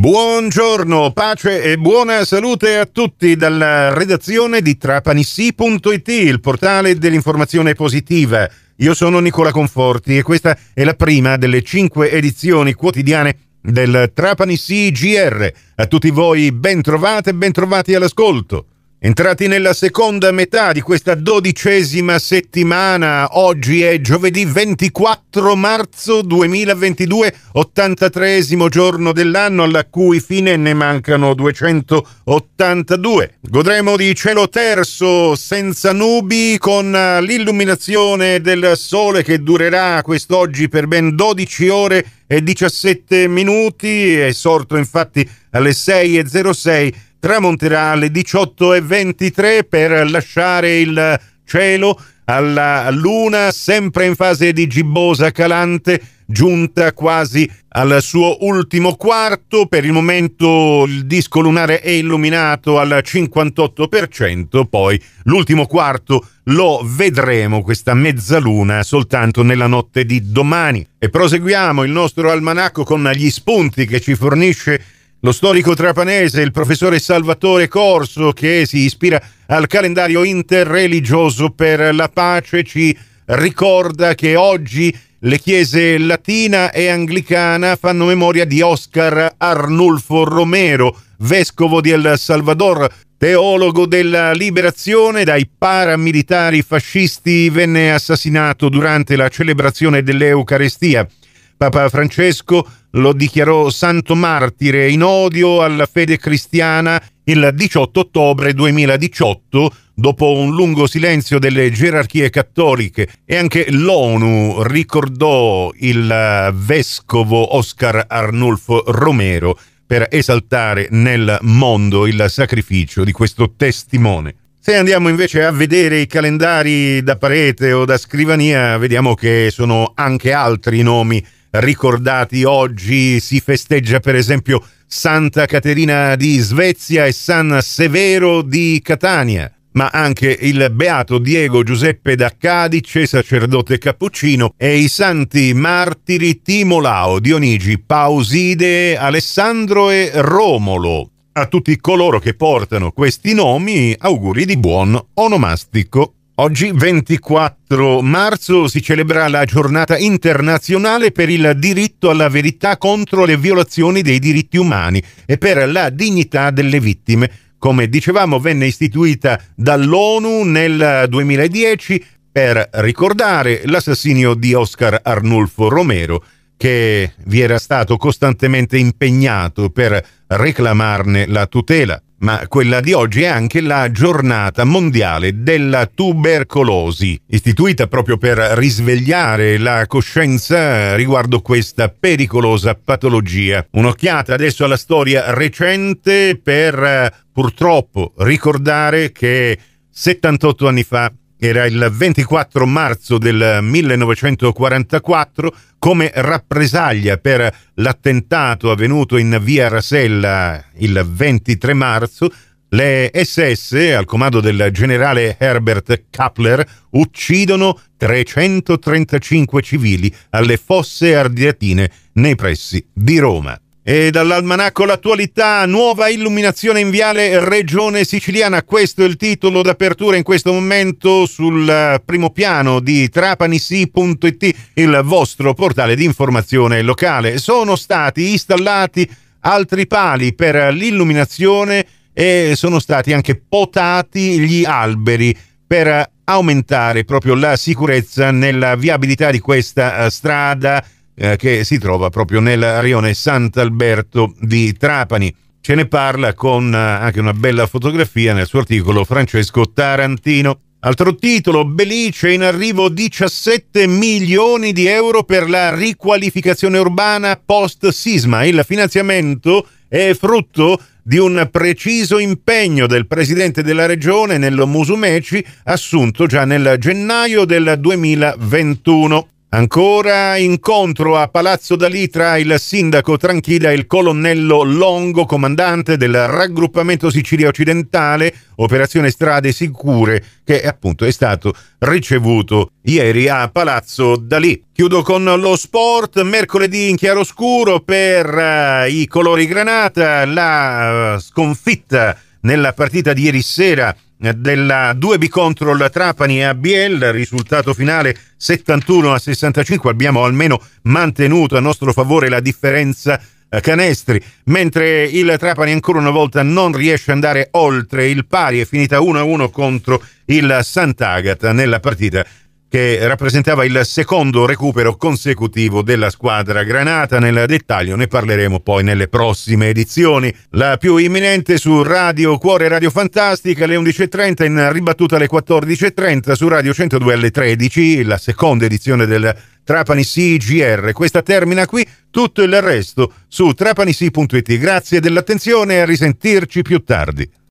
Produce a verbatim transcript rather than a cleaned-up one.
Buongiorno, pace e buona salute a tutti dalla redazione di Trapanissi punto it, il portale dell'informazione positiva. Io sono Nicola Conforti e questa è la prima delle cinque edizioni quotidiane del Trapanissi G R. A tutti voi ben trovate e ben trovati all'ascolto. Entrati nella seconda metà di questa dodicesima settimana, oggi è giovedì ventiquattro marzo duemilaventidue, ottantatreesimo giorno dell'anno, alla cui fine ne mancano duecentottantadue. Godremo di cielo terso, senza nubi, con l'illuminazione del sole che durerà quest'oggi per ben dodici ore e diciassette minuti. È sorto infatti alle sei e zero sei, tramonterà alle diciotto e ventitré per lasciare il cielo alla luna sempre in fase di gibbosa calante, giunta quasi al suo ultimo quarto. Per il momento il disco lunare è illuminato al cinquantotto per cento, poi l'ultimo quarto lo vedremo, questa mezzaluna, soltanto nella notte di domani. E proseguiamo il nostro almanacco con gli spunti che ci fornisce lo storico trapanese, il professore Salvatore Corso, che si ispira al calendario interreligioso per la pace. Ci ricorda che oggi le chiese latina e anglicana fanno memoria di Oscar Arnulfo Romero, vescovo di El Salvador, teologo della liberazione dai paramilitari fascisti, venne assassinato durante la celebrazione dell'Eucarestia. Papa Francesco lo dichiarò santo martire in odio alla fede cristiana il diciotto ottobre duemiladiciotto, dopo un lungo silenzio delle gerarchie cattoliche, e anche l'ONU ricordò il vescovo Oscar Arnulfo Romero per esaltare nel mondo il sacrificio di questo testimone. Se andiamo invece a vedere i calendari da parete o da scrivania, vediamo che sono anche altri nomi ricordati oggi. Si festeggia per esempio Santa Caterina di Svezia e San Severo di Catania, ma anche il beato Diego Giuseppe da Cadice, sacerdote cappuccino, e i santi martiri Timolao, Dionigi, Pauside, Alessandro e Romolo. A tutti coloro che portano questi nomi, auguri di buon onomastico. Oggi ventiquattro marzo si celebra la giornata internazionale per il diritto alla verità contro le violazioni dei diritti umani e per la dignità delle vittime. Come dicevamo, venne istituita dall'ONU nel duemiladieci per ricordare l'assassinio di Oscar Arnulfo Romero, che vi era stato costantemente impegnato per reclamarne la tutela. Ma quella di oggi è anche la giornata mondiale della tubercolosi, istituita proprio per risvegliare la coscienza riguardo questa pericolosa patologia. Un'occhiata adesso alla storia recente per purtroppo ricordare che settantotto anni fa, era il ventiquattro marzo del millenovecentoquarantaquattro, come rappresaglia per l'attentato avvenuto in via Rasella il ventitré marzo, le S S, al comando del generale Herbert Kappler, uccidono trecentotrentacinque civili alle Fosse Ardeatine nei pressi di Roma. E dall'almanacco l'attualità: nuova illuminazione in viale Regione Siciliana. Questo è il titolo d'apertura in questo momento sul primo piano di Trapanissi punto it, il vostro portale di informazione locale. Sono stati installati altri pali per l'illuminazione e sono stati anche potati gli alberi per aumentare proprio la sicurezza nella viabilità di questa strada Eh, che si trova proprio nel rione Sant'Alberto di Trapani. Ce ne parla con eh, anche una bella fotografia nel suo articolo Francesco Tarantino. Altro titolo: Belice, in arrivo diciassette milioni di euro per la riqualificazione urbana post sisma. Il finanziamento è frutto di un preciso impegno del presidente della regione Nello Musumeci, assunto già nel gennaio del duemilaventuno. Ancora incontro a Palazzo Dalì tra il sindaco Tranchilla e il colonnello Longo, comandante del raggruppamento Sicilia Occidentale, operazione Strade Sicure, che appunto è stato ricevuto ieri a Palazzo Dalì. Chiudo con lo sport. Mercoledì in chiaroscuro per uh, i colori granata, la uh, sconfitta nella partita di ieri sera della due B contro il Trapani a Biel, risultato finale settantuno a sessantacinque. Abbiamo almeno mantenuto a nostro favore la differenza canestri, mentre il Trapani ancora una volta non riesce ad andare oltre il pari. È finita uno a uno contro il Sant'Agata nella partita che rappresentava il secondo recupero consecutivo della squadra granata. Nel dettaglio ne parleremo poi nelle prossime edizioni. La più imminente su Radio Cuore Radio Fantastica alle undici e trenta, in ribattuta alle quattordici e trenta su Radio centodue alle tredici, la seconda edizione del Trapani C G R. Questa termina qui, tutto il resto su trapanisi punto it. Grazie dell'attenzione e a risentirci più tardi.